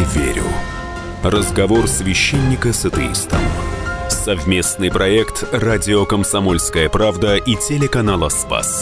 верю». Разговор священника с атеистом. Совместный проект «Радио Комсомольская правда» и телеканала «Спас».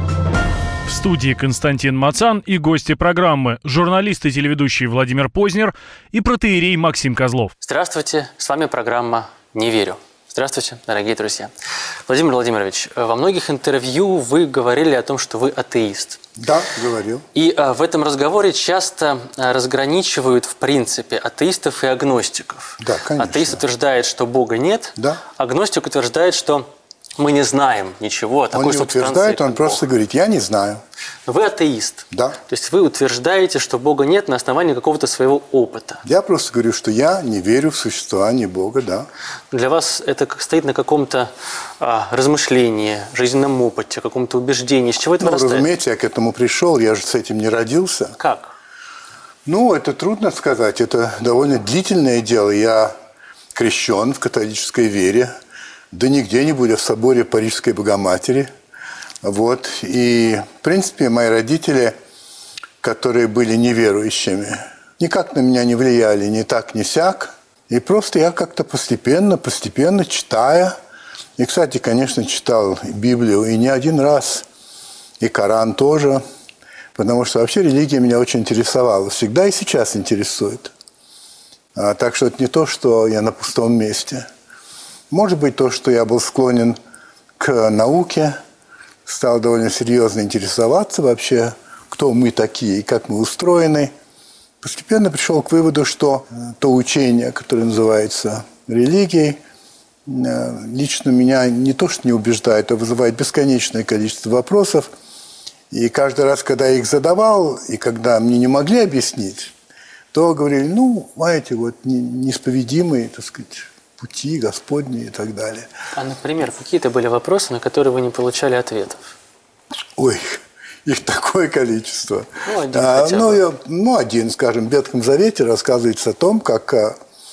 В студии Константин Мацан и гости программы, журналист и телеведущий Владимир Познер и протоиерей Максим Козлов. Здравствуйте, с вами программа «Не верю». Здравствуйте, дорогие друзья. Владимир Владимирович, во многих интервью вы говорили о том, что вы атеист. Да, говорил. И в этом разговоре часто разграничивают, в принципе, атеистов и агностиков. Да, конечно. Атеист утверждает, что Бога нет, да. Агностик утверждает, что мы не знаем ничего о такой Он не утверждает, он просто говорит, я не знаю. Но вы атеист. Да. То есть вы утверждаете, что Бога нет на основании какого-то своего опыта. Я просто говорю, что я не верю в существование Бога, да. Для вас это стоит на каком-то размышлении, жизненном опыте, каком-то убеждении. С чего это вырастает? Разумеете, я к этому пришел, я же с этим не родился. Как? Ну, это трудно сказать, это довольно длительное дело. Я крещен в католической вере, да не где-нибудь, а в соборе Парижской Богоматери. Вот. И, в принципе, мои родители, которые были неверующими, никак на меня не влияли, ни так, ни сяк. И просто я как-то постепенно читая, и, кстати, конечно, читал Библию и не один раз, и Коран тоже, потому что вообще религия меня очень интересовала, всегда и сейчас интересует. Так что это не то, что я на пустом месте. Может быть, то, что я был склонен к науке, стал довольно серьезно интересоваться вообще, кто мы такие и как мы устроены. Постепенно пришел к выводу, что то учение, которое называется религией, лично меня не то что не убеждает, а вызывает бесконечное количество вопросов. И каждый раз, когда я их задавал, и когда мне не могли объяснить, то говорили, ну, знаете, вот неисповедимые, так сказать, пути Господни и так далее. А, например, какие-то были вопросы, на которые вы не получали ответов? Ой, их такое количество. Ну, один хотя бы. Один, скажем, в Ветхом Завете рассказывается о том, как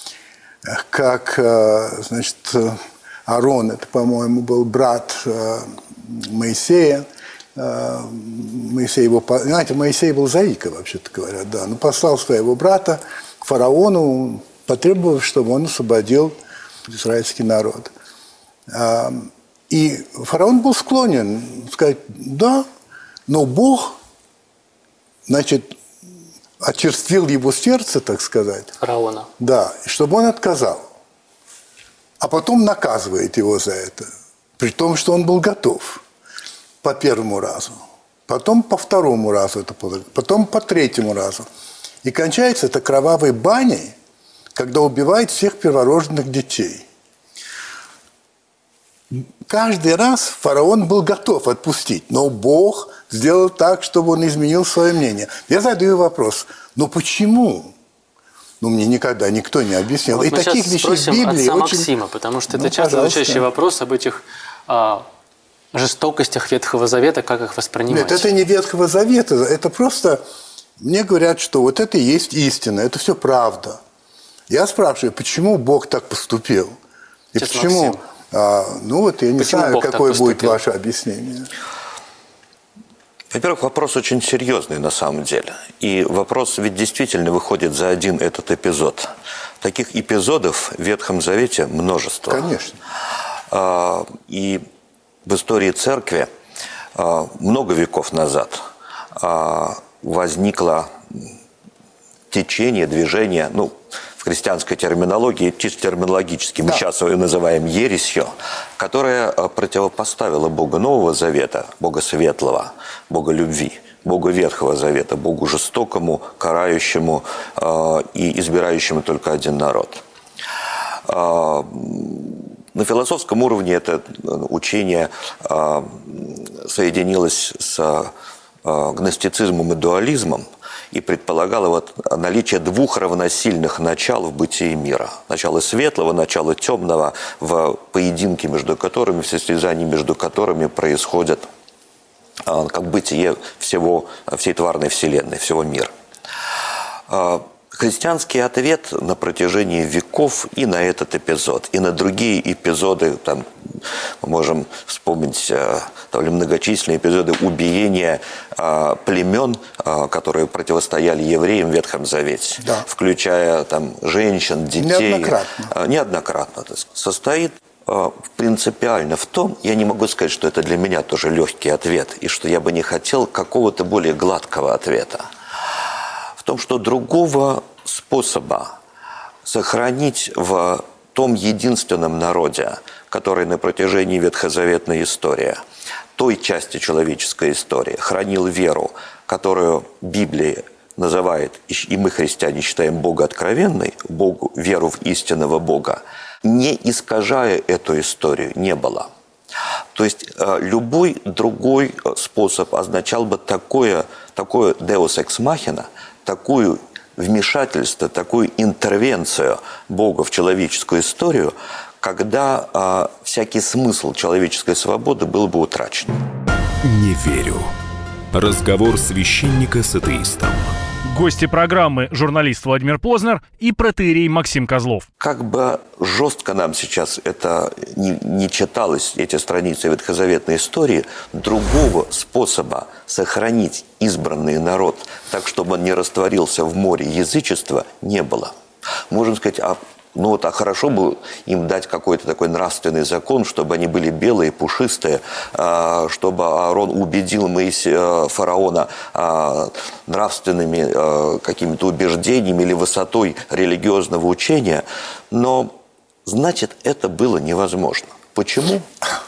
значит, Аарон, это, по-моему, был брат Моисея. Моисей был заика, вообще-то говоря, да. Но послал своего брата к фараону, потребовав, чтобы он освободил израильский народ. И фараон был склонен сказать, да, но Бог, значит, очерствил его сердце, так сказать. Фараона. Да, чтобы он отказал. А потом наказывает его за это. При том, что он был готов. По первому разу. Потом по второму разу это было. Потом по третьему разу. И кончается это кровавой баней, когда убивает всех перворожденных детей. Каждый раз фараон был готов отпустить, но Бог сделал так, чтобы он изменил свое мнение. Я задаю вопрос, но почему? Ну, мне никогда никто не объяснил. Вот и мы таких сейчас вещей в Библии отца очень... Максима, потому что это часто звучащий вопрос об этих жестокостях Ветхого Завета, как их воспринимать. Нет, это не Ветхого Завета, это просто... Мне говорят, что вот это и есть истина, это все правда. Я спрашиваю, почему Бог так поступил? И Сейчас, почему... Максим, ну вот я не знаю, Бог какое будет ваше объяснение. Во-первых, вопрос очень серьезный на самом деле. И вопрос ведь действительно выходит за один этот эпизод. Таких эпизодов в Ветхом Завете множество. Конечно. И в истории церкви много веков назад возникло течение, движение, ну, в христианской терминологии, чисто терминологически, мы сейчас ее называем ересью, которая противопоставила Бога Нового Завета, Бога Светлого, Бога Любви, Богу Ветхого Завета, Богу жестокому, карающему и избирающему только один народ. На философском уровне это учение соединилось с гностицизмом и дуализмом и предполагало вот наличие двух равносильных начал в бытии мира. Начало светлого, начало темного, в поединке между которыми, в состязании между которыми происходит как бытие всей тварной вселенной, всего мира. Христианский ответ на протяжении веков и на этот эпизод, и на другие эпизоды, там, мы можем вспомнить довольно многочисленные эпизоды убиения племен, которые противостояли евреям в Ветхом Завете, да, включая там, женщин, детей. Неоднократно. Состоит принципиально в том, я не могу сказать, что это для меня тоже легкий ответ, и что я бы не хотел какого-то более гладкого ответа. В том, что другого способа сохранить в том единственном народе, который на протяжении ветхозаветной истории, той части человеческой истории, хранил веру, которую Библия называет, и мы, христиане, считаем Бога откровенной, Богу, веру в истинного Бога, не искажая эту историю, не было. То есть любой другой способ означал бы такое deus ex machina, такое вмешательство, такую интервенцию Бога в человеческую историю, когда всякий смысл человеческой свободы был бы утрачен. Не верю. Разговор священника с атеистом. Гости программы — журналист Владимир Познер и протоиерей Максим Козлов. Как бы жестко нам сейчас это не читалось, эти страницы ветхозаветной истории, другого способа сохранить избранный народ так, чтобы он не растворился в море язычества, не было. Можно сказать, хорошо бы им дать какой-то такой нравственный закон, чтобы они были белые, пушистые, чтобы Аарон убедил фараона нравственными какими-то убеждениями или высотой религиозного учения. Но, значит, это было невозможно. Почему?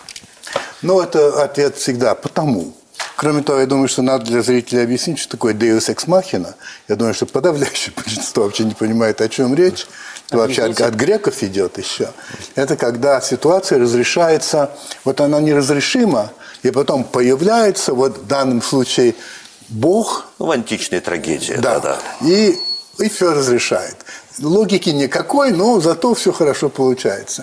Это ответ всегда «потому». Кроме того, я думаю, что надо для зрителей объяснить, что такое deus ex machina. Я думаю, что подавляющее большинство вообще не понимает, о чем речь. Это вообще от греков идет еще. Это когда ситуация разрешается, она неразрешима, и потом появляется, в данном случае, Бог. В античной трагедии. Да. И все разрешает. Логики никакой, но зато все хорошо получается.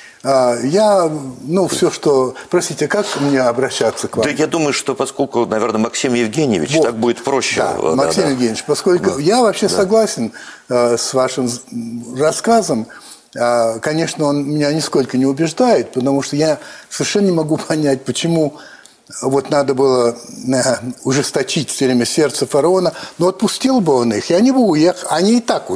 Все, что... Простите, как мне обращаться к вам? Да, я думаю, что поскольку, наверное, Максим Евгеньевич, так будет проще. Да, Максим Евгеньевич, поскольку я вообще согласен с вашим рассказом, конечно, он меня нисколько не убеждает, потому что я совершенно не могу понять, почему надо было ужесточить все время сердце фараона, но отпустил бы он их, и они бы уехали, они и так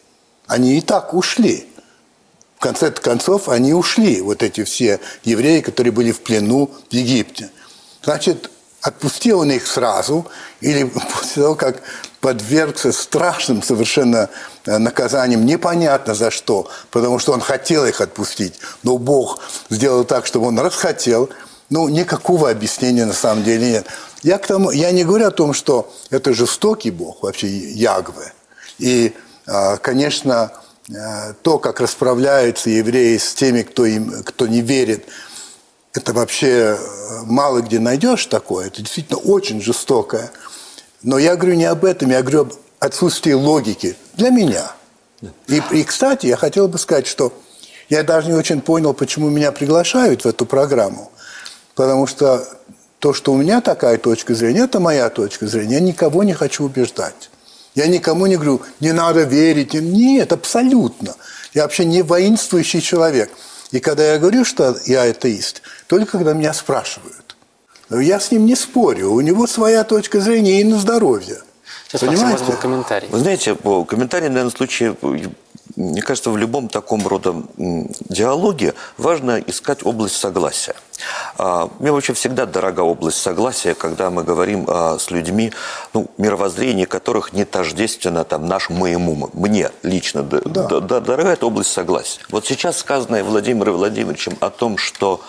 ушли. В конце концов, они ушли, эти все евреи, которые были в плену в Египте. Значит, отпустил он их сразу, или после того, как подвергся страшным совершенно наказаниям, непонятно за что, потому что он хотел их отпустить, но Бог сделал так, чтобы он расхотел. Никакого объяснения на самом деле нет. Я не говорю о том, что это жестокий Бог, вообще Ягве. И, конечно, то, как расправляются евреи с теми, кто не верит, это вообще мало где найдешь такое. Это действительно очень жестокое. Но я говорю не об этом, я говорю об отсутствии логики для меня. И, кстати, я хотел бы сказать, что я даже не очень понял, почему меня приглашают в эту программу. Потому что то, что у меня такая точка зрения, это моя точка зрения. Я никого не хочу убеждать. Я никому не говорю, не надо верить. Нет, абсолютно. Я вообще не воинствующий человек. И когда я говорю, что я атеист, только когда меня спрашивают. Я с ним не спорю. У него своя точка зрения и на здоровье. Сейчас, Максим, у вас был комментарий. Вы знаете, комментарий, в данном случае, мне кажется, в любом таком роде диалоге важно искать область согласия. Мне вообще всегда дорога область согласия, когда мы говорим с людьми, мировоззрение которых не тождественно моему. Мне лично дорога эта область согласия. Сейчас сказанное Владимиром Владимировичем о том, что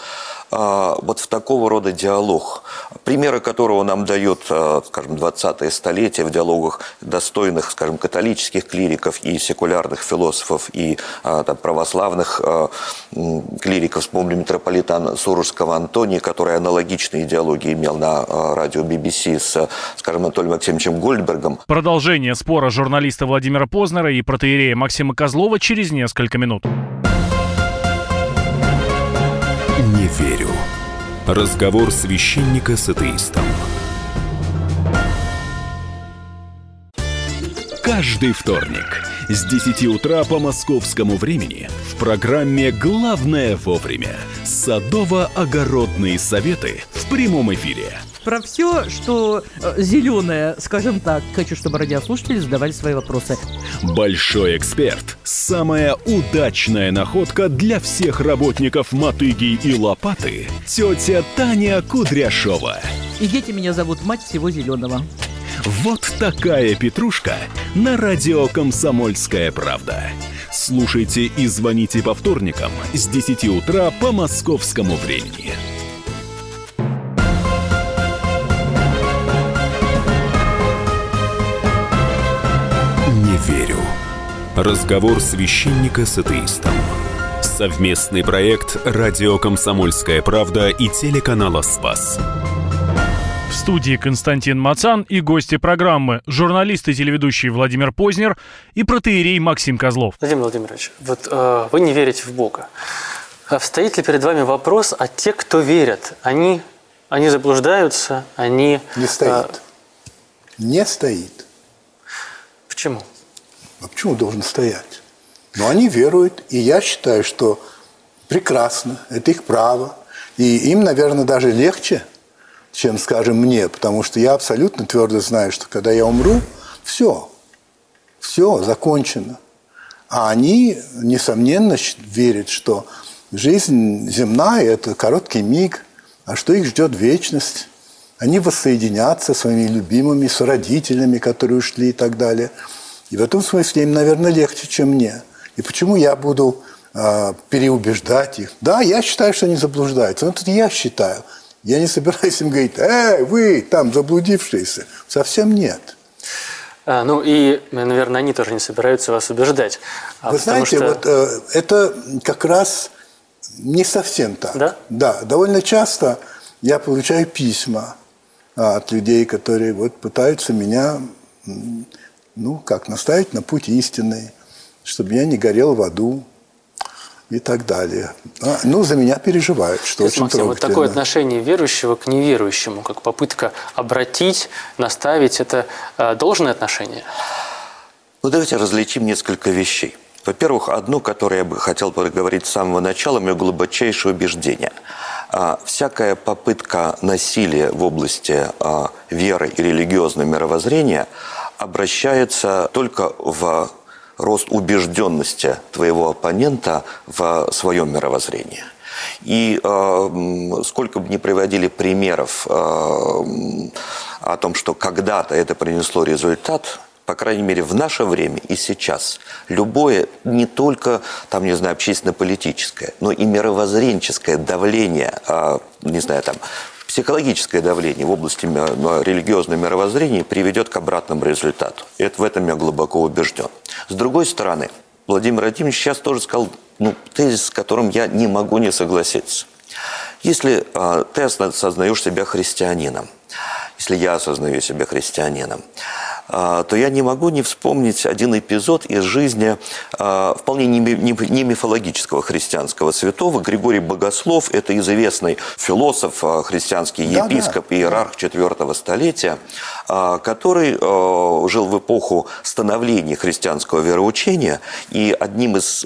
в такого рода диалог, примеры которого нам дает, 20-е столетие в диалогах достойных, католических клириков и секулярных философов, и православных клириков, вспомним митрополита Сурожского Антония, который аналогичные идеологии имел на радио BBC с, Анатолием Максимовичем Гольдбергом. Продолжение спора журналиста Владимира Познера и протоиерея Максима Козлова через несколько минут. Не верю. Разговор священника с атеистом. каждый вторник с 10 утра по московскому времени в программе «Главное вовремя» садово-огородные советы в прямом эфире. Про все, что зеленое, скажем так. Хочу, чтобы радиослушатели задавали свои вопросы. Большой эксперт. Самая удачная находка для всех работников мотыги и лопаты. Тетя Таня Кудряшова. И дети меня зовут мать всего зеленого. Вот такая петрушка на радио «Комсомольская правда». Слушайте и звоните по вторникам с 10 утра по московскому времени. Не верю. Разговор священника с атеистом. Совместный проект «Радио Комсомольская правда» и телеканала «Спас». В студии Константин Мацан и гости программы — журналист и телеведущий Владимир Познер и протоиерей Максим Козлов. Владимир Владимирович, вот вы не верите в Бога. Стоит ли перед вами вопрос, а те, кто верят, они заблуждаются, они... Не стоит. Не стоит. Почему? А почему должен стоять? Но они веруют, и я считаю, что прекрасно, это их право. И им, наверное, даже легче, чем, скажем, мне, потому что я абсолютно твердо знаю, что когда я умру, все, закончено. А они, несомненно, верят, что жизнь земная – это короткий миг, а что их ждет вечность. Они воссоединятся со своими любимыми, с родителями, которые ушли и так далее. И в этом смысле им, наверное, легче, чем мне. И почему я буду переубеждать их? Да, я считаю, что они заблуждаются. Но это я считаю. Я не собираюсь им говорить: вы там заблудившиеся. Совсем нет. Ну и, наверное, они тоже не собираются вас убеждать. Вы знаете, вот это как раз не совсем так. Да? Да, довольно часто я получаю письма от людей, которые вот пытаются меня, наставить на путь истинный, чтобы я не горел в аду и так далее. За меня переживают, что очень Максим, трогательно. вот такое отношение верующего к неверующему, как попытка обратить, наставить, это должное отношение? Давайте различим несколько вещей. Во-первых, одно, которое я бы хотел проговорить с самого начала, мое глубочайшее убеждение. Всякая попытка насилия в области веры и религиозного мировоззрения обращается только в рост убежденности твоего оппонента в своем мировоззрении. И сколько бы ни приводили примеров о том, что когда-то это принесло результат, по крайней мере, в наше время и сейчас, любое, не только, общественно-политическое, но и мировоззренческое давление, психологическое давление в области религиозного мировоззрения приведет к обратному результату. И в этом я глубоко убежден. С другой стороны, Владимир Владимирович сейчас тоже сказал тезис, с которым я не могу не согласиться. Если ты осознаешь себя христианином, если я осознаю себя христианином, то я не могу не вспомнить один эпизод из жизни вполне не мифологического христианского святого. Григорий Богослов – это известный философ, христианский епископ и иерарх IV столетия, который жил в эпоху становления христианского вероучения, и одним из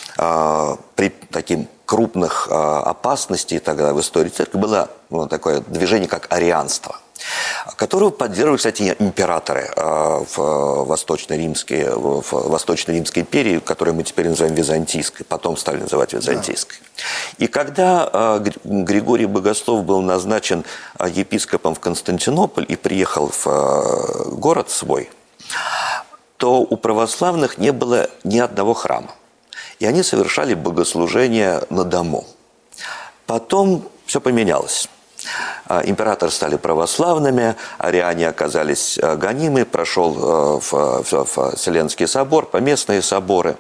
таких крупных опасностей тогда в истории церкви было такое движение, как арианство, которого поддерживали, кстати, императоры в Восточно-Римской империи, которую мы теперь называем Византийской, потом стали называть Византийской. И когда Григорий Богослов был назначен епископом в Константинополь и приехал в город свой, то у православных не было ни одного храма. И они совершали богослужение на дому. Потом все поменялось. Императоры стали православными, ариане оказались гонимы, прошел в Вселенский собор, поместные соборы.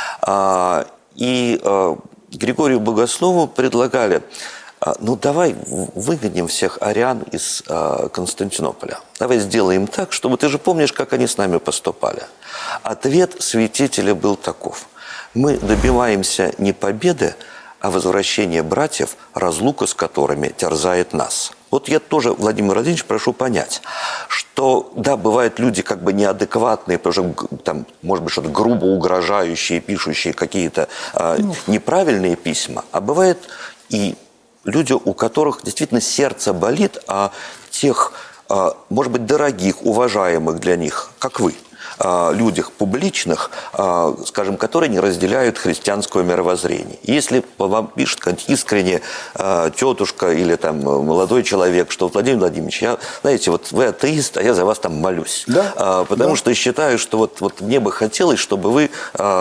И Григорию Богослову предлагали: давай выгоним всех ариан из Константинополя. Давай сделаем так, чтобы, ты же помнишь, как они с нами поступали. Ответ святителя был таков: мы добиваемся не победы, а возвращения братьев, разлука с которыми терзает нас. Вот я тоже, Владимир Владимирович, прошу понять, что, да, бывают люди как бы неадекватные, потому что там, может быть, что-то грубо угрожающие, пишущие какие-то неправильные письма, а бывает и люди, у которых действительно сердце болит о тех, может быть, дорогих, уважаемых для них, как вы, людях публичных, скажем, которые не разделяют христианского мировоззрения. Если вам пишет искренне тетушка или там молодой человек, что Владимир Владимирович, знаете, вот вы атеист, а я за вас там молюсь. Да? Потому что считаю, что вот мне бы хотелось, чтобы вы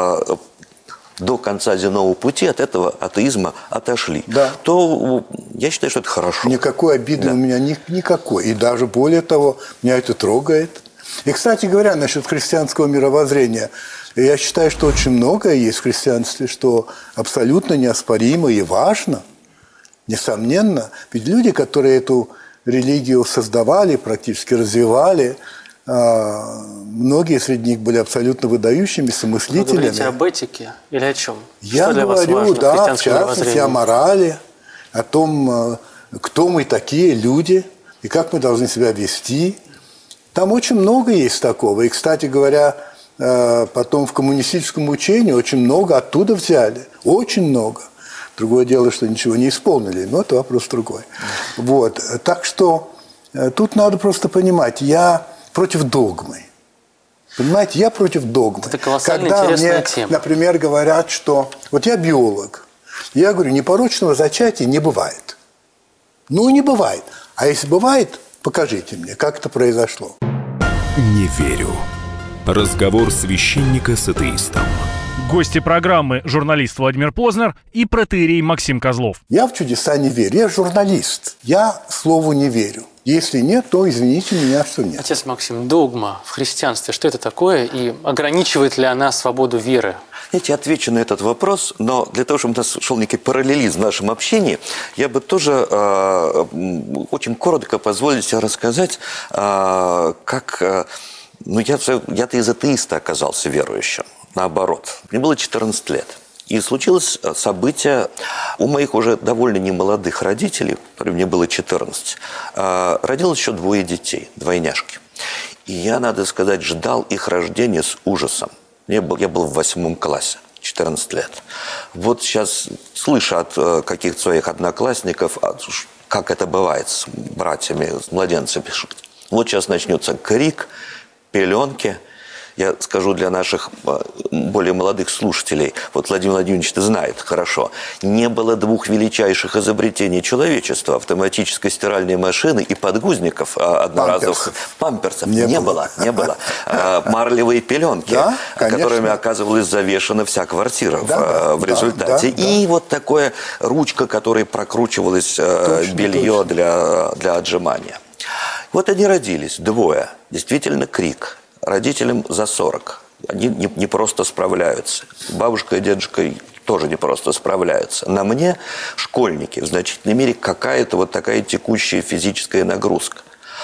до конца земного пути от этого атеизма отошли, то я считаю, что это хорошо. Никакой обиды у меня никакой. И даже более того, меня это трогает. И, кстати говоря, насчет христианского мировоззрения, я считаю, что очень многое есть в христианстве, что абсолютно неоспоримо и важно, несомненно. Ведь люди, которые эту религию создавали, практически развивали, многие среди них были абсолютно выдающимися мыслителями. Вы говорите об этике или о чем? Я говорю, да, в частности, о морали, о том, кто мы такие люди и как мы должны себя вести. Там очень много есть такого. И, кстати говоря, потом в коммунистическом учении очень много оттуда взяли. Очень много. Другое дело, что ничего не исполнили, но это вопрос другой. Вот. Так что тут надо просто понимать, я против догмы. Понимаете, я против догмы. Это колоссально Когда интересная мне, тема. например, говорят, что... Вот я биолог. Я говорю, непорочного зачатия не бывает. Ну, не бывает. А если бывает, покажите мне, как это произошло. Не верю. Разговор священника с атеистом. Гости программы журналист Владимир Познер и протоиерей Максим Козлов. Я в чудеса не верю. Я журналист. Я слову не верю. Если нет, то извините меня, что нет. Отец Максим, догма в христианстве, что это такое? И ограничивает ли она свободу веры? Знаете, я отвечу на этот вопрос, но для того, чтобы у нас шел некий параллелизм в нашем общении, я бы тоже очень коротко позволил себе рассказать, как... я-то из атеиста оказался верующим, наоборот. Мне было 14 лет. И случилось событие у моих уже довольно немолодых родителей, мне было 14, родилось еще 2 детей, двойняшки. И я, надо сказать, ждал их рождения с ужасом. Я был в 8 классе, 14 лет. Вот сейчас, слыша от каких-то своих одноклассников, как это бывает с братьями, с младенцами, пишут. Вот сейчас начнется крик, пеленки. Я скажу для наших более молодых слушателей, вот Владимир Владимирович это знает хорошо, не было 2 величайших изобретений человечества: автоматической стиральной машины и подгузников одноразовых. Памперсов. Не было. Марлевые пеленки, которыми оказывалась завешена вся квартира в результате. И вот такая ручка, которой прокручивалось белье для отжимания. Вот они родились, 2. Действительно крик. Родителям за 40. Они не просто справляются. Бабушка и дедушка тоже не просто справляются. На мне, школьники, в значительной мере какая-то вот такая текущая физическая нагрузка.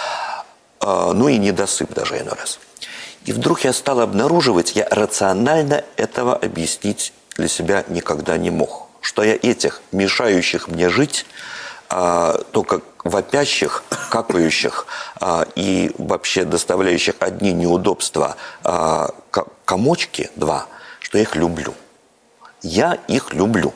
Ну и недосып даже иной раз. И вдруг я стал обнаруживать, я рационально этого объяснить для себя никогда не мог. Что я этих, мешающих мне жить, только вопящих, какающих и вообще доставляющих одни неудобства комочки 2, что я их люблю. Я их люблю.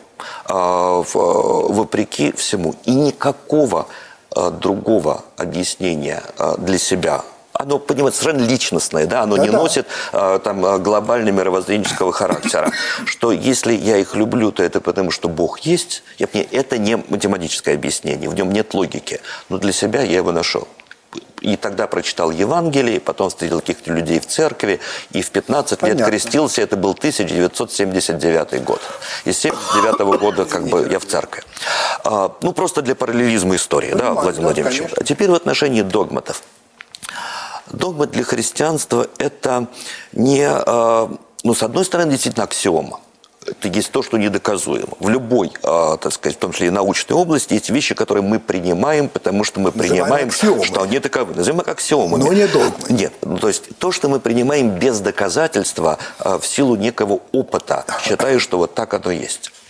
Вопреки всему. И никакого другого объяснения для себя. Оно, понимаете, совершенно личностное, да? Оно не носит там глобального мировоззренческого характера. Что если я их люблю, то это потому, что Бог есть. Это не математическое объяснение, в нем нет логики. Но для себя я его нашел. И тогда прочитал Евангелие, потом встретил каких-то людей в церкви, и в 15 лет крестился. Это был 1979 год. И с 1979 года как бы я в церкви. Ну, просто для параллелизма истории, да, Владимир Владимирович? А теперь в отношении догматов. Догмат для христианства – это не, с одной стороны, действительно аксиома. Это есть то, что недоказуемо. В любой, так сказать, в том числе и научной области, есть вещи, которые мы принимаем, потому что мы принимаем, что они таковы. Назовем их аксиомами. Но не догмы. Нет. То есть то, что мы принимаем без доказательства, в силу некого опыта, считаю, что вот так оно есть.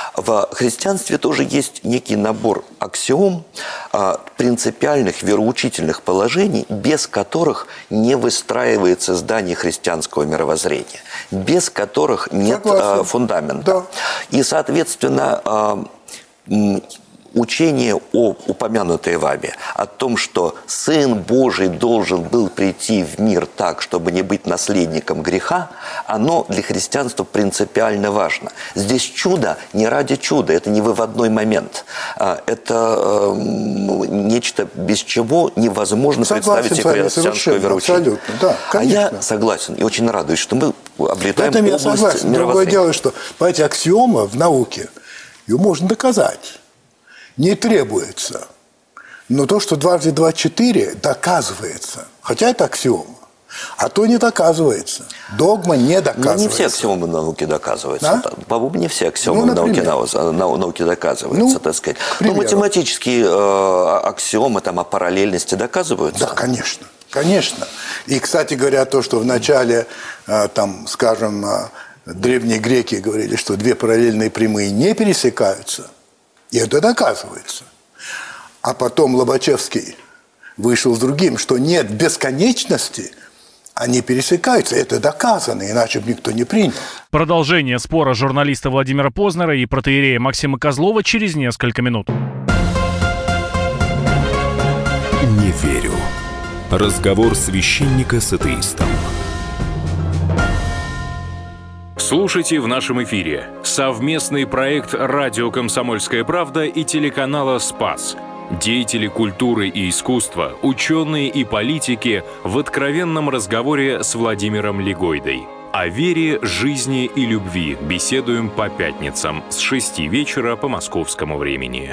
В христианстве тоже есть некий набор аксиом, принципиальных вероучительных положений, без которых не выстраивается здание христианского мировоззрения, без которых нет фундамента. Да. И, соответственно, учение, упомянутое вами, о том, что Сын Божий должен был прийти в мир так, чтобы не быть наследником греха, оно для христианства принципиально важно. Здесь чудо не ради чуда, это не выводной момент. Это нечто, без чего невозможно представить себе христианское вероучение. Да, а я согласен и очень радуюсь, что мы облетаем область я согласен. Другое дело, что, понимаете, аксиома в науке, ее можно доказать. Не требуется. Но то, что 2 × 2 = 4, доказывается. Хотя это аксиома. А то не доказывается. Догма не доказывается. Но не все аксиомы науки доказываются. По-моему, не все аксиомы науки доказываются, так сказать. Но математические аксиомы о параллельности доказываются. Да, конечно. Конечно. И, кстати говоря, то, что в начале, скажем, древние греки говорили, что 2 параллельные прямые не пересекаются, и это доказывается. А потом Лобачевский вышел с другим, что нет бесконечности, они пересекаются. Это доказано, иначе бы никто не принял. Продолжение спора журналиста Владимира Познера и протоиерея Максима Козлова через несколько минут. Не верю. Разговор священника с атеистом. Слушайте в нашем эфире совместный проект «Радио Комсомольская правда» и телеканала «Спас». Деятели культуры и искусства, ученые и политики в откровенном разговоре с Владимиром Легойдой. О вере, жизни и любви беседуем по пятницам с 6 вечера по московскому времени.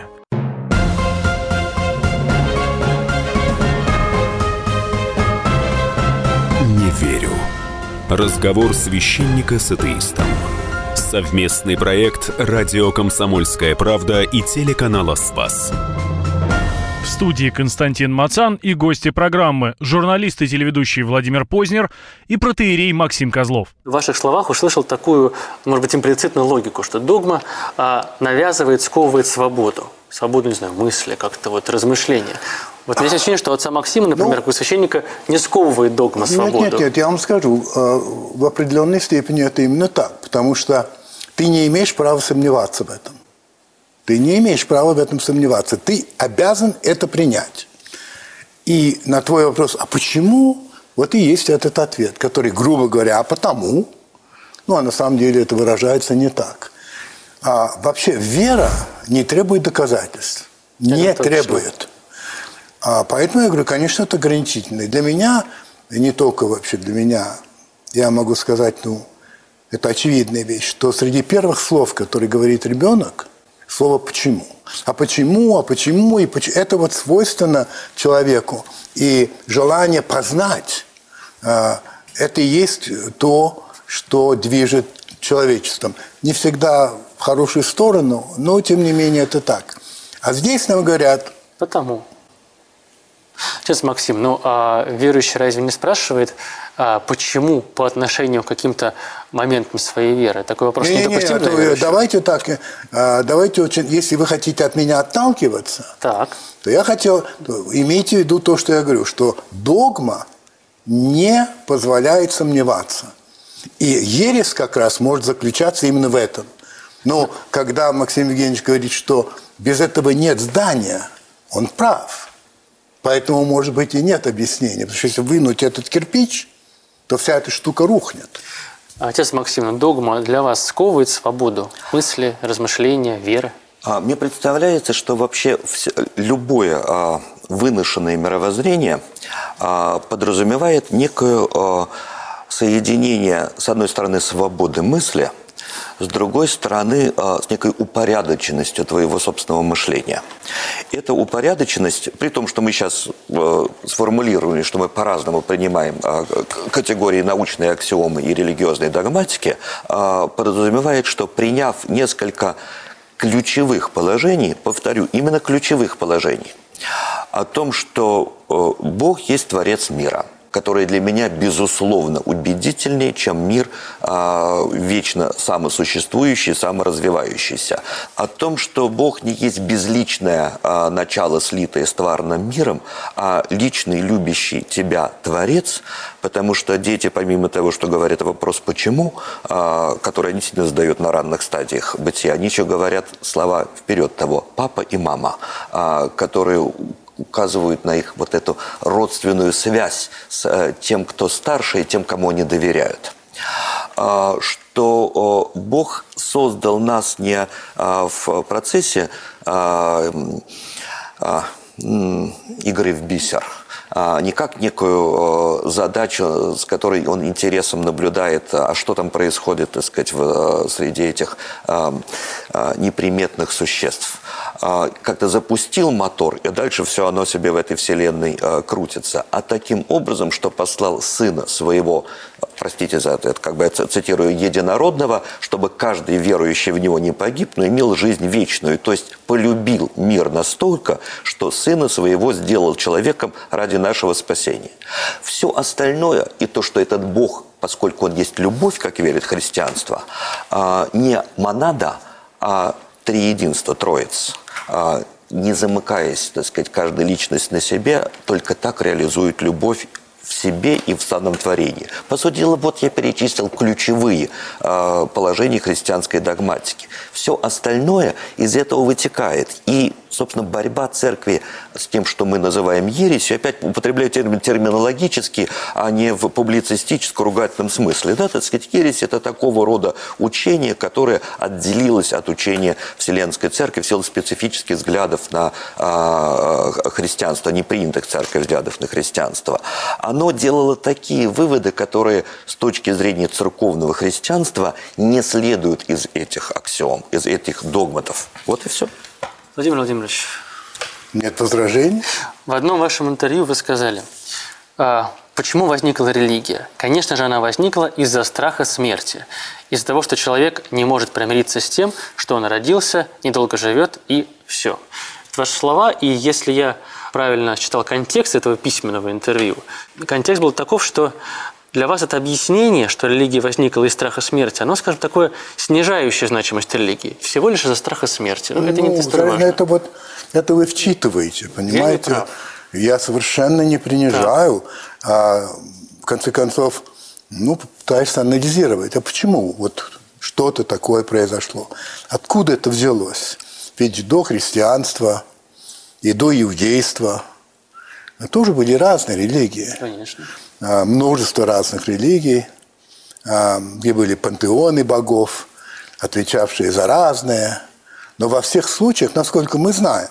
Не верю. Разговор священника с атеистом. Совместный проект «Радио Комсомольская правда» и телеканала «Спас». В студии Константин Мацан и гости программы — журналист и телеведущий Владимир Познер и протоиерей Максим Козлов. В ваших словах услышал такую, может быть, имплицитную логику, что догма навязывает, сковывает свободу. Свободу, не знаю, мысли, как-то размышления. Вот есть ощущение, что отца Максима, например, как у священника, не сковывает догма свободу. Нет, я вам скажу, в определенной степени это именно так, потому что ты не имеешь права сомневаться в этом. Ты не имеешь права в этом сомневаться. Ты обязан это принять. И на твой вопрос, а почему? Вот и есть этот ответ, который, грубо говоря, а потому, а на самом деле это выражается не так. Вообще вера не требует доказательств. Не требует. Поэтому я говорю, конечно, это ограничительно. Для меня, и не только вообще для меня, я могу сказать, это очевидная вещь, что среди первых слов, которые говорит ребенок, слово «почему». А почему, и почему. Это свойственно человеку. И желание познать, это и есть то, что движет человечеством. Не всегда в хорошую сторону, но тем не менее это так. А здесь нам говорят... Потому. Сейчас, Максим, верующий разве не спрашивает, почему по отношению к каким-то моментам своей веры? Такой вопрос недопустим для верующего? Давайте так, если вы хотите от меня отталкиваться, то я хотел, имейте в виду то, что я говорю, что догма не позволяет сомневаться. И ересь как раз может заключаться именно в этом. Но когда Максим Евгеньевич говорит, что без этого нет здания, он прав. Поэтому, может быть, и нет объяснения. Потому что если вынуть этот кирпич, то вся эта штука рухнет. Отец Максим, догма для вас сковывает свободу мысли, размышления, веры? Мне представляется, что вообще любое выношенное мировоззрение подразумевает некое соединение, с одной стороны, свободы мысли, с другой стороны, с некой упорядоченностью твоего собственного мышления. Эта упорядоченность, при том, что мы сейчас сформулировали, что мы по-разному принимаем категории научной аксиомы и религиозной догматики, подразумевает, что приняв несколько ключевых положений, повторю, именно ключевых положений, о том, что Бог есть Творец мира, которая для меня, безусловно, убедительнее, чем мир вечно самосуществующий, саморазвивающийся. О том, что Бог не есть безличное начало, слитое с тварным миром, а личный, любящий тебя Творец, потому что дети, помимо того, что говорят вопрос «почему?», который они действительно задают на ранних стадиях бытия, они еще говорят слова вперед того «папа» и «мама», которые указывают на их вот эту родственную связь с тем, кто старше, и тем, кому они доверяют. Что Бог создал нас не в процессе игры в бисер, не как некую задачу, с которой он интересом наблюдает, а что там происходит, так сказать, среди этих неприметных существ. Как-то запустил мотор, и дальше все оно себе в этой вселенной крутится. А таким образом, что послал Сына Своего, простите за это, как бы я цитирую, единородного, чтобы каждый верующий в Него не погиб, но имел жизнь вечную. То есть полюбил мир настолько, что Сына Своего сделал человеком ради нашего спасения. Все остальное, и то, что этот Бог, поскольку Он есть любовь, как верит христианство, не монада, а триединство, троиц, не замыкаясь, так сказать, каждая личность на себе, только так реализует любовь в себе и в самом творении. По сути дела, вот я перечислил ключевые положения христианской догматики. Все остальное из этого вытекает. И, собственно, борьба церкви с тем, что мы называем ересью, опять употребляю термин терминологически, а не в публицистическо-ругательном смысле. Да, так сказать, ересь – это такого рода учение, которое отделилось от учения Вселенской Церкви в силу специфических взглядов на христианство, непринятых церковь взглядов на христианство. Оно делало такие выводы, которые с точки зрения церковного христианства не следуют из этих аксиом, из этих догматов. Вот и все. Владимир Владимирович. Нет возражений? В одном вашем интервью вы сказали, почему возникла религия. Конечно же, она возникла из-за страха смерти. Из-за того, что человек не может примириться с тем, что он родился, недолго живет и все. Это ваши слова, и если я правильно читал контекст этого письменного интервью, контекст был таков, что для вас это объяснение, что религия возникла из страха смерти, оно, скажем, такое снижающее значимость религии. Всего лишь из-за страха смерти. Но это не столь важно. Это вы вчитываете, понимаете? Я совершенно не принижаю, а в конце концов, пытаюсь анализировать. А почему вот что-то такое произошло? Откуда это взялось? Ведь до христианства и до иудейства тоже были разные религии. Конечно. Множество разных религий, где были пантеоны богов, отвечавшие за разное. Но во всех случаях, насколько мы знаем,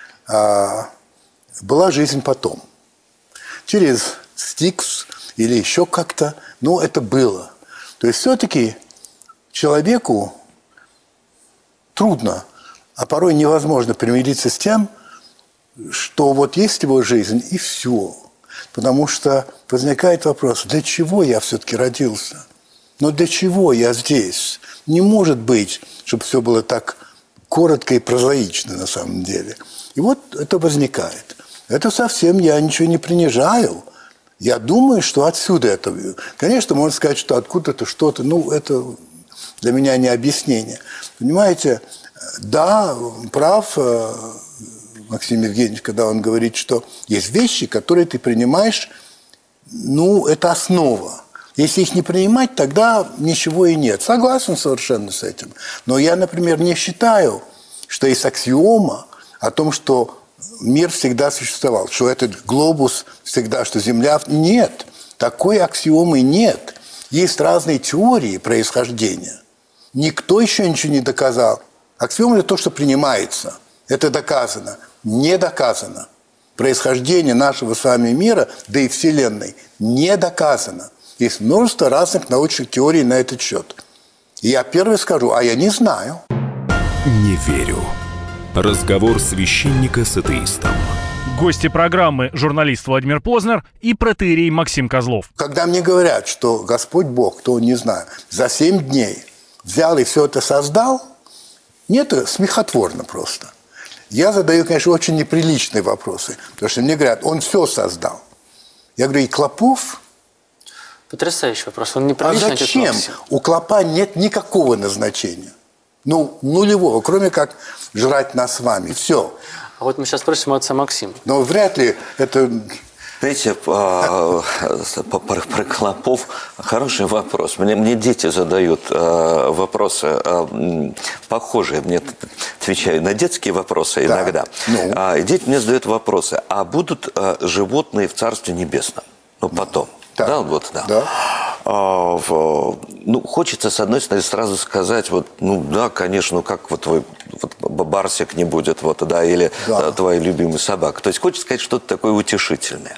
была жизнь потом. Через Стикс или еще как-то, это было. То есть все-таки человеку трудно, а порой невозможно примириться с тем, что вот есть его жизнь и все. Потому что возникает вопрос, для чего я все-таки родился? Но для чего я здесь? Не может быть, чтобы все было так коротко и прозаично на самом деле. И вот это возникает. Это совсем я ничего не принижаю. Я думаю, что отсюда это... Конечно, можно сказать, что откуда-то что-то... это для меня не объяснение. Понимаете, да, прав Максим Евгеньевич, когда он говорит, что есть вещи, которые ты принимаешь, это основа. Если их не принимать, тогда ничего и нет. Согласен совершенно с этим. Но я, например, не считаю, что есть аксиома о том, что мир всегда существовал, что этот глобус всегда, что Земля... Нет, такой аксиомы нет. Есть разные теории происхождения. Никто еще ничего не доказал. Аксиома – это то, что принимается. Это доказано. Не доказано. Происхождение нашего с вами мира, да и Вселенной, не доказано. Есть множество разных научных теорий на этот счет. И я первый скажу, а я не знаю. Не верю. Разговор священника с атеистом. Гости программы журналист Владимир Познер и протоиерей Максим Козлов. Когда мне говорят, что Господь Бог, кто не знаю, за 7 дней взял и все это создал, это смехотворно просто. Я задаю, конечно, очень неприличные вопросы, потому что мне говорят, он все создал. Я говорю, и клопов? Потрясающий вопрос. Он неприлично. А зачем? У клопа нет никакого назначения. Ну, нулевого, кроме как жрать нас с вами. Все. А вот мы сейчас спросим отца Максима. Но вряд ли это... Знаете, про клопов хороший вопрос. Мне дети задают вопросы похожие. Мне отвечаю на детские вопросы иногда. Дети мне задают вопросы. А будут животные в Царстве Небесном? Ну, потом. Да, вот, да. Ну, хочется, с одной стороны, сразу сказать, вот, ну, да, конечно, ну, как вот твой барсик не будет, вот, да, или твоя любимая собака. То есть хочется сказать что-то такое утешительное.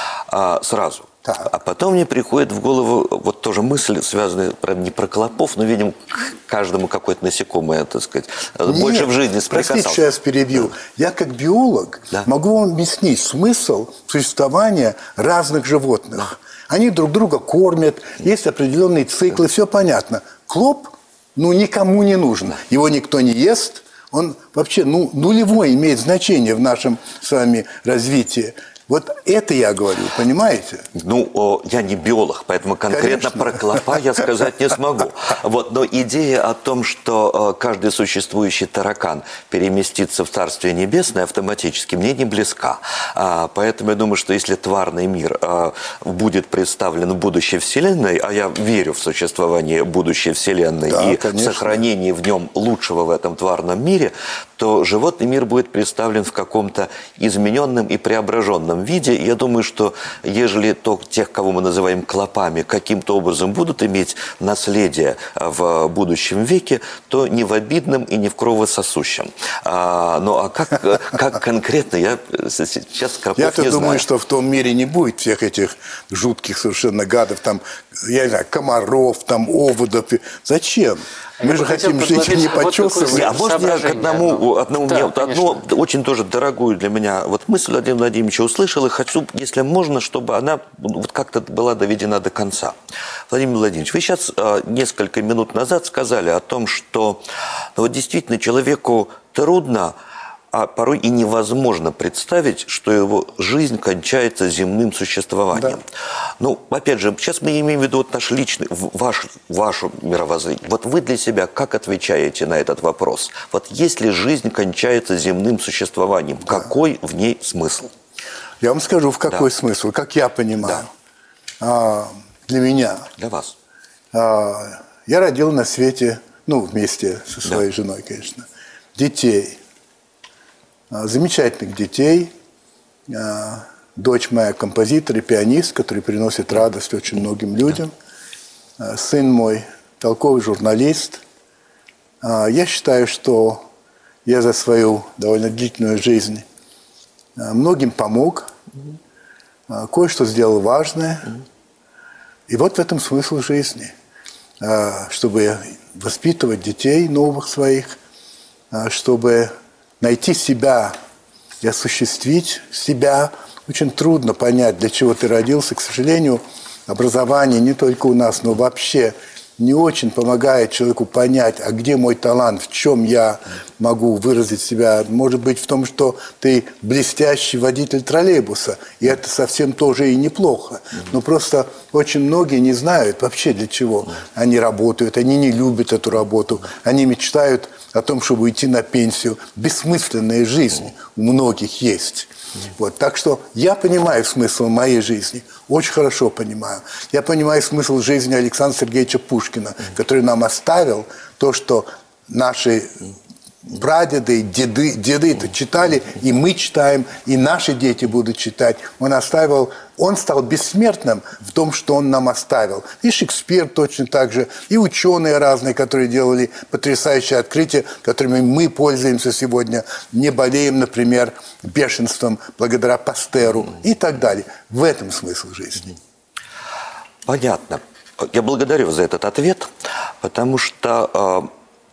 Сразу. А потом мне приходит в голову вот тоже мысль, связанная не про клопов, но, видимо, каждому какое-то насекомое, так сказать, больше в жизни соприкасался. Простите, сейчас перебью. Я как биолог могу вам объяснить смысл существования разных животных. Они друг друга кормят, есть определенные циклы, все понятно. Клоп, ну, никому не нужен. Его никто не ест. Он вообще, ну, нулевое имеет значение в нашем с вами развитии. Вот это я говорю, понимаете? Ну, я не биолог, поэтому конкретно про клопа я сказать не смогу. Вот, но идея о том, что каждый существующий таракан переместится в Царствие Небесное автоматически, мне не близка. Поэтому я думаю, что если тварный мир будет представлен в будущей Вселенной, а я верю в существование будущей Вселенной и в сохранении в нем лучшего в этом тварном мире, то животный мир будет представлен в каком-то измененном и преображенном виде. Я думаю, что ежели тех, кого мы называем клопами, каким-то образом будут иметь наследие в будущем веке, то не в обидном и не в кровососущем. Ну а как конкретно, я сейчас клопов не знаю. Я-то думаю, что в том мире не будет всех этих жутких совершенно гадов, там, я не знаю, комаров, там, оводов. Зачем? Мы же хотим жить не почесывать. А можно я к одному мне одну очень тоже дорогую для меня вот мысль Владимира Владимировича услышал, и хочу, если можно, чтобы она вот как-то была доведена до конца. Владимир Владимирович, вы сейчас несколько минут назад сказали о том, что вот действительно человеку трудно, а порой и невозможно представить, что его жизнь кончается земным существованием. Да. Ну, опять же, сейчас мы имеем в виду вот наш личный, вашу мировоззрение. Вот вы для себя как отвечаете на этот вопрос? Вот если жизнь кончается земным существованием, какой в ней смысл? Я вам скажу, в какой смысл, как я понимаю. Для меня. Для вас. Я родил на свете, ну, вместе со своей женой, конечно, детей. Замечательных детей. Дочь моя композитор и пианист, который приносит радость очень многим людям. Сын мой толковый журналист. Я считаю, что я за свою довольно длительную жизнь многим помог, кое-что сделал важное. И вот в этом смысл жизни. Чтобы воспитывать детей новых своих, чтобы найти себя и осуществить себя. Очень трудно понять, для чего ты родился. К сожалению, образование не только у нас, но вообще не очень помогает человеку понять, а где мой талант, в чем я могу выразить себя. Может быть, в том, что ты блестящий водитель троллейбуса, и это совсем тоже и неплохо. Но просто очень многие не знают вообще, для чего они работают, они не любят эту работу, они мечтают о том, чтобы уйти на пенсию. Бессмысленная жизнь у многих есть. Вот. Так что я понимаю смысл моей жизни, очень хорошо понимаю. Я понимаю смысл жизни Александра Сергеевича Пушкина, который нам оставил то, что наши прадеды, деды это читали, и мы читаем, и наши дети будут читать. Он стал бессмертным в том, что он нам оставил. И Шекспир точно так же, и ученые разные, которые делали потрясающие открытия, которыми мы пользуемся сегодня, не болеем, например, бешенством благодаря Пастеру и так далее. В этом смысл жизни. Понятно. Я благодарю вас за этот ответ, потому что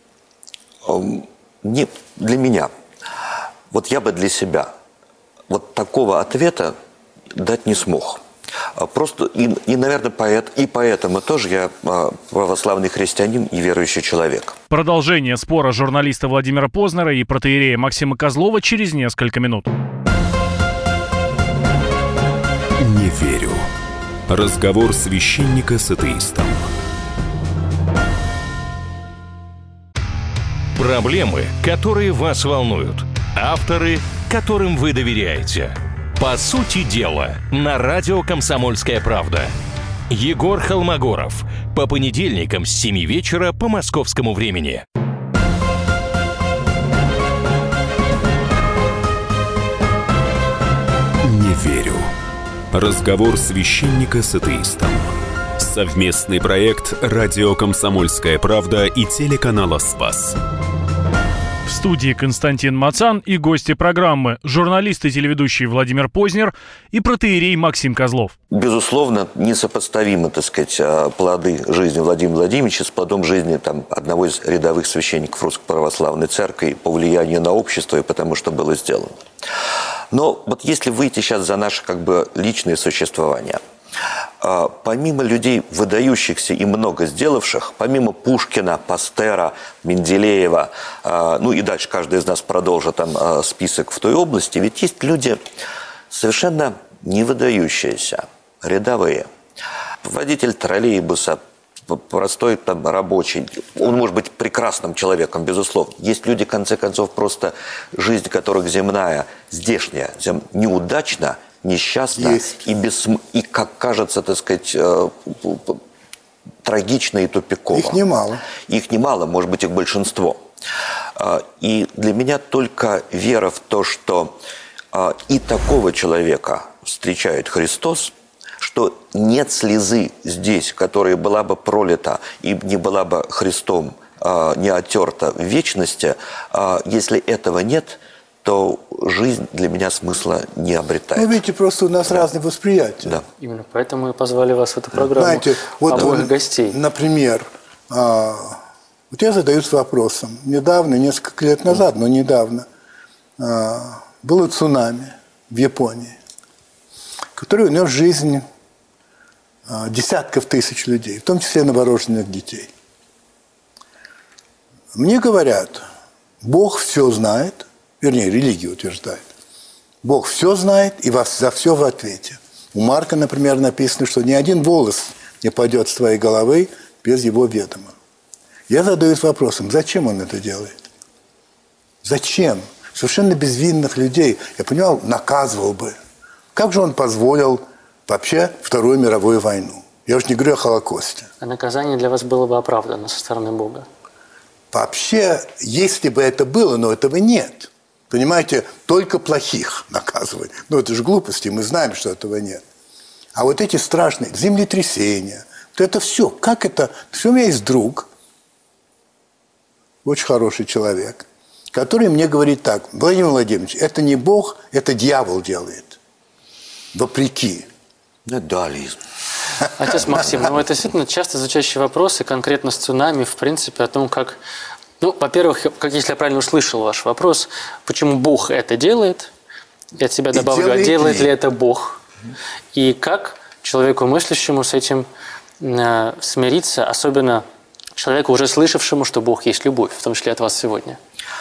для меня, вот я бы для себя вот такого ответа дать не смог. Просто, и наверное, поэтому тоже я православный христианин и верующий человек. Продолжение спора журналиста Владимира Познера и протоиерея Максима Козлова через несколько минут. Не верю. Разговор священника с атеистом. Проблемы, которые вас волнуют. Авторы, которым вы доверяете. По сути дела, на радио «Комсомольская правда». Егор Холмогоров. По понедельникам с 7 вечера по московскому времени. Не верю. Разговор священника с атеистом. Совместный проект «Радио Комсомольская правда» и телеканала «Спас». В студии Константин Мацан и гости программы, журналист и телеведущий Владимир Познер и протоиерей Максим Козлов. Безусловно, несопоставимы, так сказать, плоды жизни Владимира Владимировича с плодом жизни одного из рядовых священников Русской Православной Церкви по влиянию на общество и потому, что было сделано. Но вот если выйти сейчас за наше личное существование, помимо людей, выдающихся и много сделавших, помимо Пушкина, Пастера, Менделеева, ну и дальше каждый из нас продолжит список в той области, ведь есть люди совершенно не выдающиеся, рядовые. Водитель троллейбуса, простой рабочий, он может быть прекрасным человеком, безусловно. Есть люди, в конце концов, просто жизнь которых земная, здешняя, неудачна, несчастна и, как кажется, так сказать, трагично и тупиково. Их немало. Их немало, может быть, их большинство. И для меня только вера в то, что и такого человека встречает Христос, что нет слезы здесь, которая была бы пролита и не была бы Христом не оттерта в вечности, если этого нет, то жизнь для меня смысла не обретает. Ну, видите, просто у нас разные восприятия. Да. Именно поэтому мы позвали вас в эту программу. Знаете, вот обоих гостей. Например, вот я задаюсь вопросом. Недавно, несколько лет назад, но недавно, было цунами в Японии, который унес жизнь десятков тысяч людей, в том числе новорожденных детей. Мне говорят, Бог все знает, вернее, религия утверждает, Бог все знает и за все в ответе. У Марка, например, написано, что ни один волос не падет с твоей головы без его ведома. Я задаюсь вопросом, зачем он это делает? Зачем? Совершенно безвинных людей, я понимал, наказывал бы. Как же он позволил вообще Вторую мировую войну? Я уж не говорю о Холокосте. А наказание для вас было бы оправдано со стороны Бога? Вообще, если бы это было, но этого нет. Понимаете, только плохих наказывают. Ну, это же глупости, мы знаем, что этого нет. А вот эти страшные землетрясения, вот это все, как это? У меня есть друг, очень хороший человек, который мне говорит так: Владимир Владимирович, это не Бог, это дьявол делает. Вопреки. Дуализм. Отец Максим, ну это действительно часто звучащие вопросы, конкретно с цунами, в принципе, о том, как... Ну, во-первых, как если я правильно услышал ваш вопрос, почему Бог это делает? Я от себя добавлю, а делает ли это Бог? И как человеку мыслящему с этим смириться, особенно человеку, уже слышавшему, что Бог есть любовь, в том числе от вас сегодня?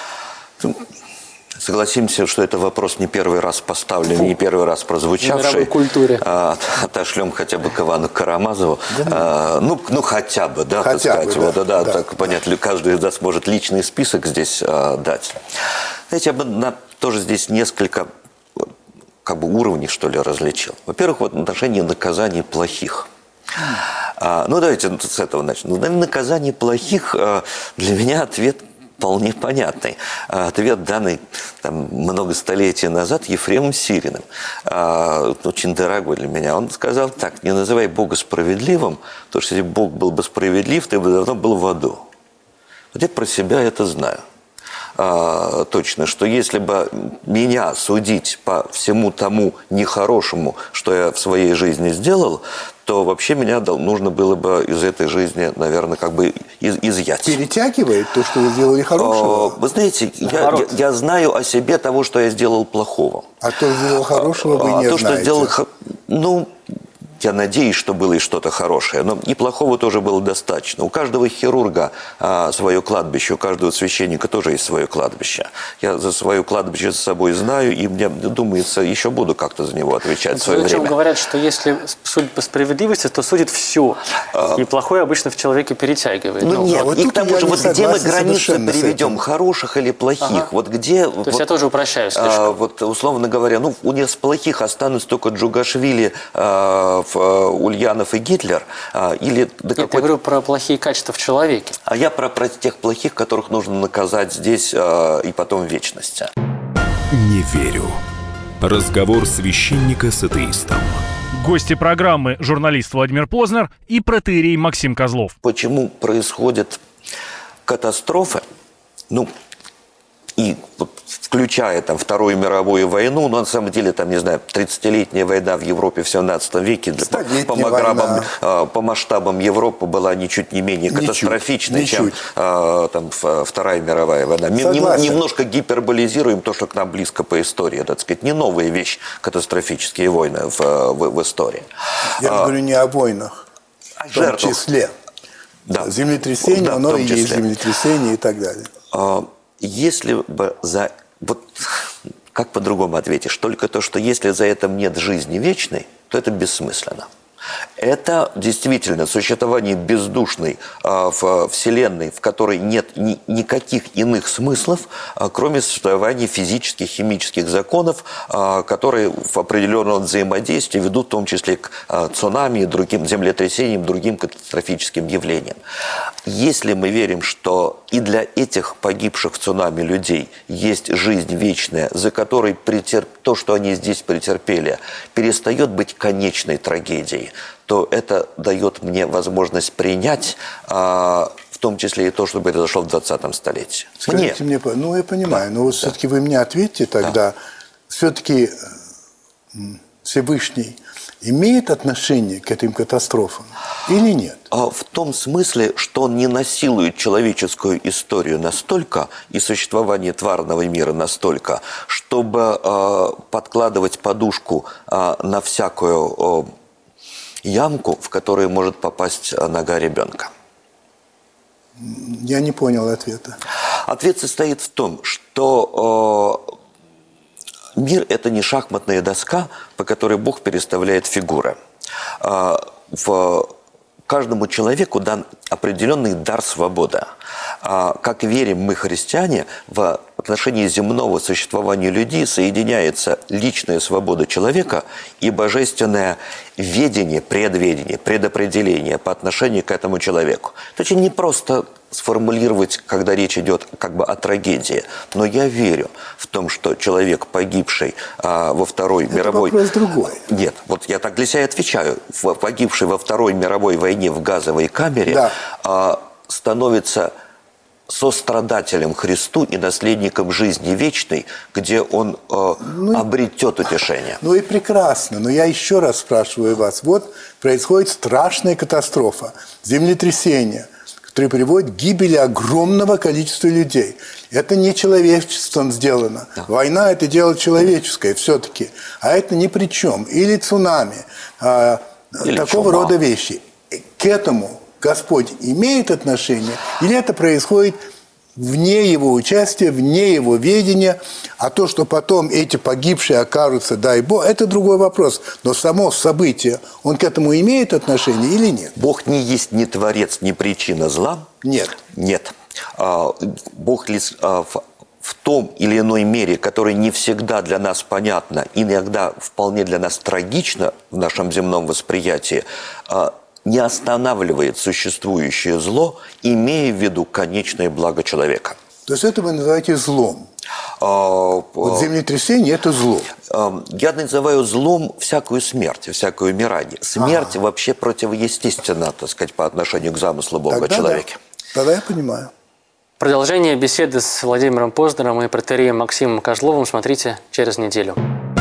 Согласимся, что это вопрос не первый раз поставленный, не первый раз прозвучавший. В мировой культуре. Отошлем хотя бы к Ивану Карамазову. Ну, хотя бы, да, так сказать. Да, вот, да, так понятно, каждый из нас может личный список здесь дать. Знаете, я бы тоже здесь несколько уровней, что ли, различил. Во-первых, вот в отношении наказаний плохих. Ну, давайте с этого начнем. Наказание плохих для меня ответ вполне понятный. Ответ, данный много столетий назад Ефремом Сириным, очень дорогой для меня. Он сказал так: не называй Бога справедливым, потому что если Бог был бы справедлив, ты бы давно был в аду. Вот я про себя это знаю. Точно, что если бы меня судить по всему тому нехорошему, что я в своей жизни сделал, то вообще меня нужно было бы из этой жизни, наверное, изъять. Перетягивает то, что вы сделали хорошего? Вы знаете, я знаю о себе того, что я сделал плохого. А то, что сделал хорошего, вы не знаете. То, что сделал... я надеюсь, что было и что-то хорошее, но и плохого тоже было достаточно. У каждого хирурга свое кладбище, у каждого священника тоже есть свое кладбище. Я за свое кладбище за собой знаю, и мне думается, еще буду как-то за него отвечать в свое время. Говорят, что если судят по справедливости, то судит все. И плохое обычно в человеке перетягивает. Ну нет, вот и к тому же, вот где мы границы переведем, хороших или плохих? Вот где... То есть я тоже упрощаю слишком. Вот, условно говоря, ну, у нас плохих останутся только Джугашвили, Ульянов и Гитлер, или... Нет, я говорю про плохие качества в человеке. А я про тех плохих, которых нужно наказать здесь и потом в вечности. Не верю. Разговор священника с атеистом. Гости программы — журналист Владимир Познер и протоиерей Максим Козлов. Почему происходят катастрофы? Ну, и вот, включая там Вторую мировую войну, но на самом деле там, не знаю, 30-летняя война в Европе в 17 веке по масштабам Европы была ничуть не менее катастрофичной, чем там Вторая мировая война. Немножко гиперболизируем то, что к нам близко по истории, так сказать, не новая вещь катастрофические войны в истории. Я говорю не о войнах, в том числе. Да. Землетрясение, оно и есть землетрясение и так далее. Если бы за... Вот как по-другому ответишь? Только то, что если за этим нет жизни вечной, то это бессмысленно. Это действительно существование бездушной Вселенной, в которой нет никаких иных смыслов, кроме существования физических, химических законов, которые в определенном взаимодействии ведут в том числе к цунами, другим землетрясениям, другим катастрофическим явлениям. Если мы верим, что и для этих погибших в цунами людей есть жизнь вечная, за которой то, что они здесь претерпели, перестает быть конечной трагедией, то это дает мне возможность принять, в том числе и то, что произошло в 20-м столетии. Скажите мне, ну я понимаю, но вот все-таки вы мне ответьте тогда, все-таки Всевышний имеет отношение к этим катастрофам или нет? В том смысле, что он не насилует человеческую историю настолько и существование тварного мира настолько, чтобы подкладывать подушку на всякую ямку, в которую может попасть нога ребенка. Я не понял ответа. Ответ состоит в том, что мир – это не шахматная доска, по которой Бог переставляет фигуры. Каждому человеку дан определенный дар свободы. Как верим мы, христиане, в отношении земного существования людей соединяется личная свобода человека и божественное ведение, предопределение по отношению к этому человеку. Это очень непросто сформулировать, когда речь идет как бы о трагедии. Но я верю в том, что человек, погибший во Второй мировой... Это вопрос другой. Нет, вот я так для себя отвечаю. Погибший во Второй мировой войне в газовой камере становится сострадателем Христу и наследником жизни вечной, где он обретет утешение. Ну и прекрасно. Но я еще раз спрашиваю вас. Вот происходит страшная катастрофа, землетрясение, которое приводит к гибели огромного количества людей. Это не человечеством сделано. Да. Война – это дело человеческое все-таки. А это ни при чем. Или цунами. Такого рода вещи. К этому Господь имеет отношение, или это происходит вне его участия, вне его ведения, а то, что потом эти погибшие окажутся, дай Бог, это другой вопрос. Но само событие, он к этому имеет отношение или нет? Бог не есть ни творец, ни причина зла? Нет. Нет. Бог лишь в том или иной мере, которая не всегда для нас понятна, иногда вполне для нас трагична в нашем земном восприятии, не останавливает существующее зло, имея в виду конечное благо человека. То есть это вы называете злом? Вот землетрясение – это зло? Я называю злом всякую смерть, всякое умирание. Смерть вообще противоестественна, так сказать, по отношению к замыслу Бога о человеке. Да. Тогда я понимаю. Продолжение беседы с Владимиром Познером и протоиереем Максимом Козловым смотрите через неделю.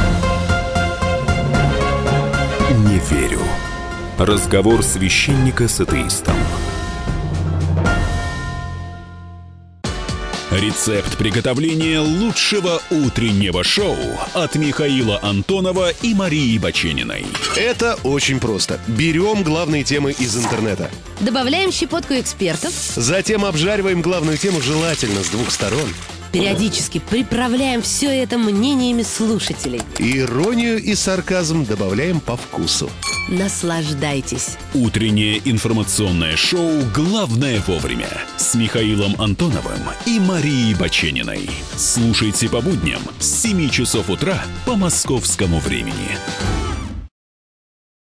Не верю. Разговор священника с атеистом. Рецепт приготовления лучшего утреннего шоу от Михаила Антонова и Марии Бачениной. Это очень просто. Берем главные темы из интернета. Добавляем щепотку экспертов. Затем обжариваем главную тему желательно с двух сторон. Периодически приправляем все это мнениями слушателей. Иронию и сарказм добавляем по вкусу. Наслаждайтесь. Утреннее информационное шоу «Главное вовремя» с Михаилом Антоновым и Марией Бачениной. Слушайте по будням с 7 часов утра по московскому времени.